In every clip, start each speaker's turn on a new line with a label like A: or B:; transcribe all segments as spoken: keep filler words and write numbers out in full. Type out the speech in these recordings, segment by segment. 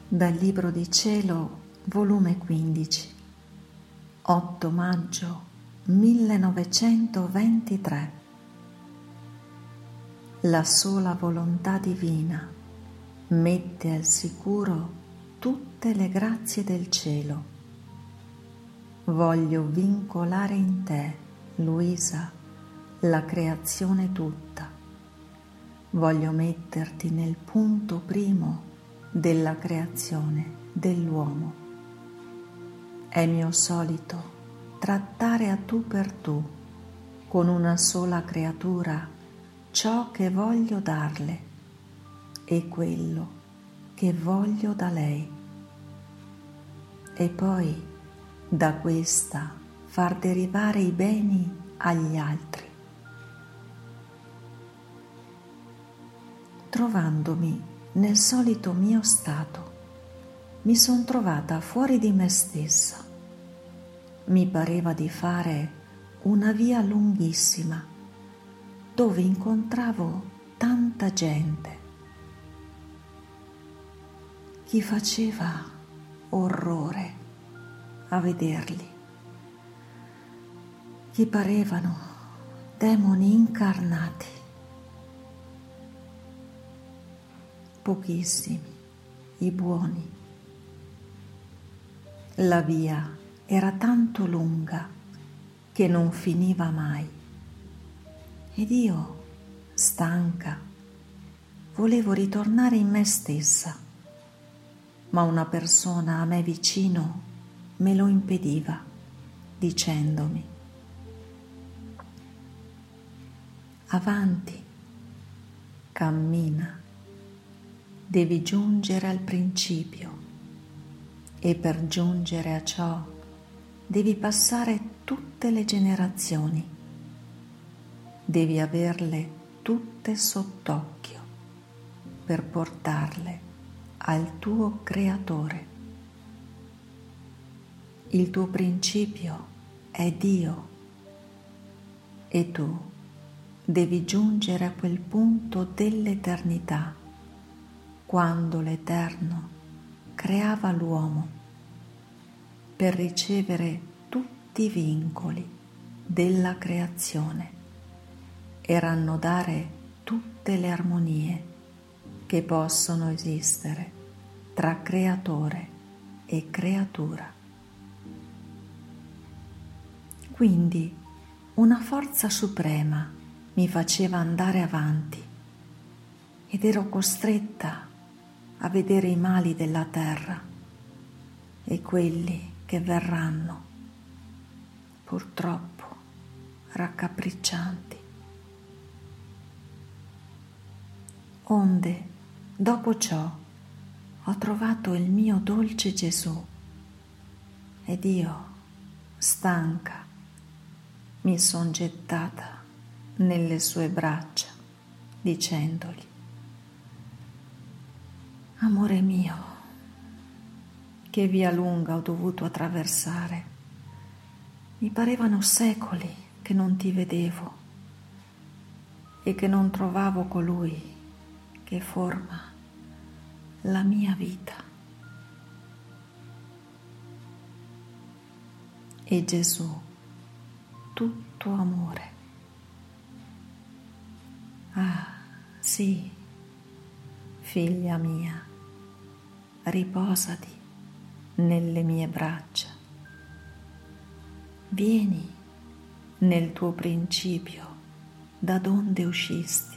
A: Dal Libro di Cielo, volume quindici, otto maggio millenovecentoventitré. La sola volontà divina mette al sicuro tutte le grazie del cielo. Voglio vincolare in te, Luisa, la creazione tutta. Voglio metterti nel punto primo della creazione dell'uomo. È mio solito trattare a tu per tu con una sola creatura ciò che voglio darle e quello che voglio da lei, e poi da questa far derivare i beni agli altri. Trovandomi nel solito mio stato, mi son trovata fuori di me stessa. Mi pareva di fare una via lunghissima, dove incontravo tanta gente. Chi faceva orrore a vederli, chi parevano demoni incarnati. Pochissimi i buoni. La via era tanto lunga che non finiva mai, ed io, stanca, volevo ritornare in me stessa, ma una persona a me vicino me lo impediva, dicendomi: avanti, cammina. Devi giungere al principio e per giungere a ciò devi passare tutte le generazioni, devi averle tutte sott'occhio per portarle al tuo creatore. Il tuo principio è Dio e tu devi giungere a quel punto dell'eternità, quando l'Eterno creava l'uomo, per ricevere tutti i vincoli della creazione e rannodare tutte le armonie che possono esistere tra creatore e creatura. Quindi una forza suprema mi faceva andare avanti ed ero costretta a vedere i mali della terra e quelli che verranno, purtroppo raccapriccianti. Onde, dopo ciò, ho trovato il mio dolce Gesù ed io, stanca, mi son gettata nelle sue braccia, dicendogli: amore mio, che via lunga ho dovuto attraversare. Mi parevano secoli che non ti vedevo e che non trovavo colui che forma la mia vita. E Gesù, tutto amore. Ah, sì, figlia mia, riposati nelle mie braccia. Vieni nel tuo principio da donde uscisti.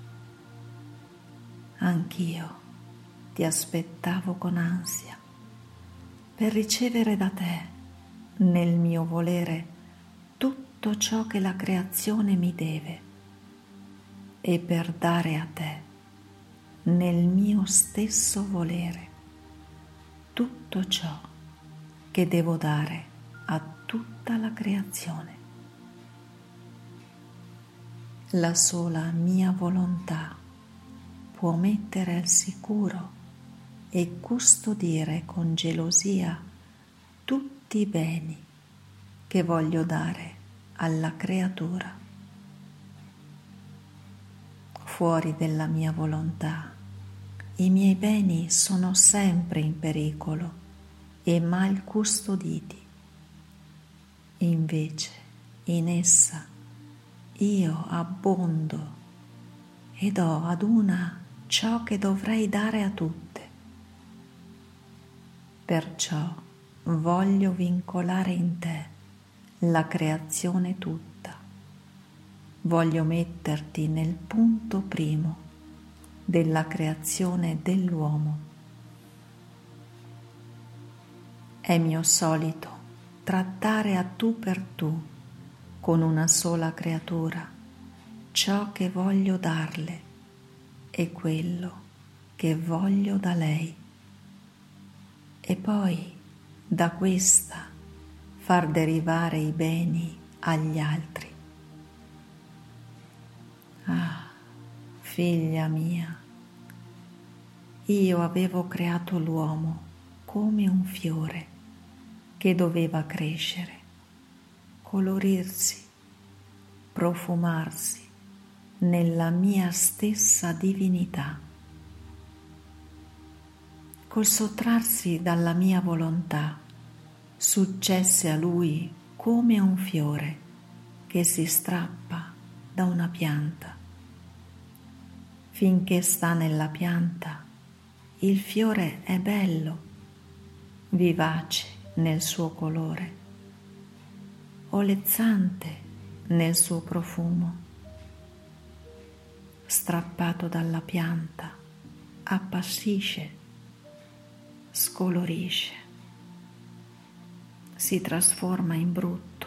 A: Anch'io ti aspettavo con ansia per ricevere da te, nel mio volere, tutto ciò che la creazione mi deve e per dare a te, nel mio stesso volere, tutto ciò che devo dare a tutta la creazione. La sola mia volontà può mettere al sicuro e custodire con gelosia tutti i beni che voglio dare alla creatura. Fuori della mia volontà i miei beni sono sempre in pericolo e mal custoditi. Invece in essa io abbondo e do ad una ciò che dovrei dare a tutte. Perciò voglio vincolare in te la creazione tutta. Voglio metterti nel punto primo della creazione dell'uomo. È mio solito trattare a tu per tu con una sola creatura ciò che voglio darle e quello che voglio da lei, e poi da questa far derivare i beni agli altri. Ah, figlia mia, io avevo creato l'uomo come un fiore che doveva crescere, colorirsi, profumarsi nella mia stessa divinità. Col sottrarsi dalla mia volontà, successe a lui come un fiore che si strappa da una pianta. Finché sta nella pianta, il fiore è bello, vivace nel suo colore, olezzante nel suo profumo. Strappato dalla pianta, appassisce, scolorisce, si trasforma in brutto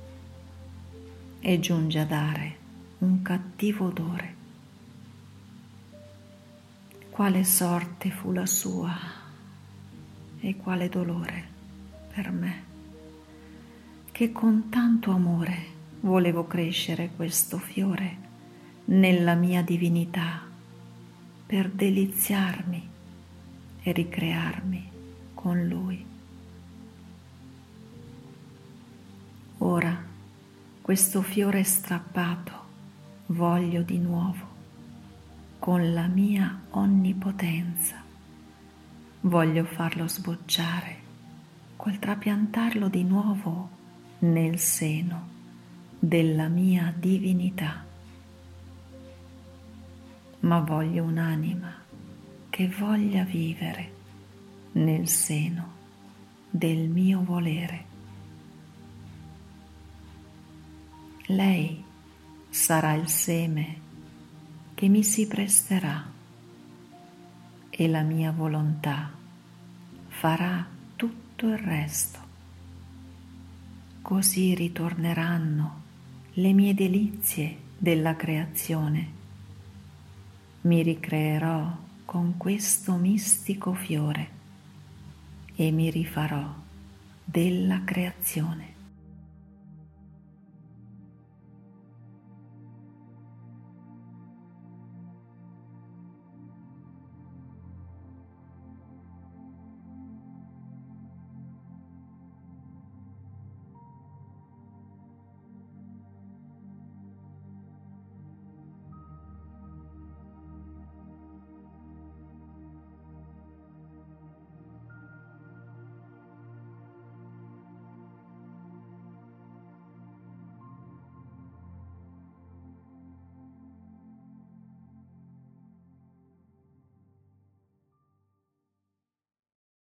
A: e giunge a dare un cattivo odore. Quale sorte fu la sua e quale dolore per me, che con tanto amore volevo crescere questo fiore nella mia divinità per deliziarmi e ricrearmi con lui. Ora questo fiore strappato voglio di nuovo, con la mia onnipotenza, voglio farlo sbocciare col trapiantarlo di nuovo nel seno della mia divinità. Ma voglio un'anima che voglia vivere nel seno del mio volere. Lei sarà il seme che mi si presterà e la mia volontà farà tutto il resto. Così ritorneranno le mie delizie della creazione. Mi ricreerò con questo mistico fiore e mi rifarò della creazione.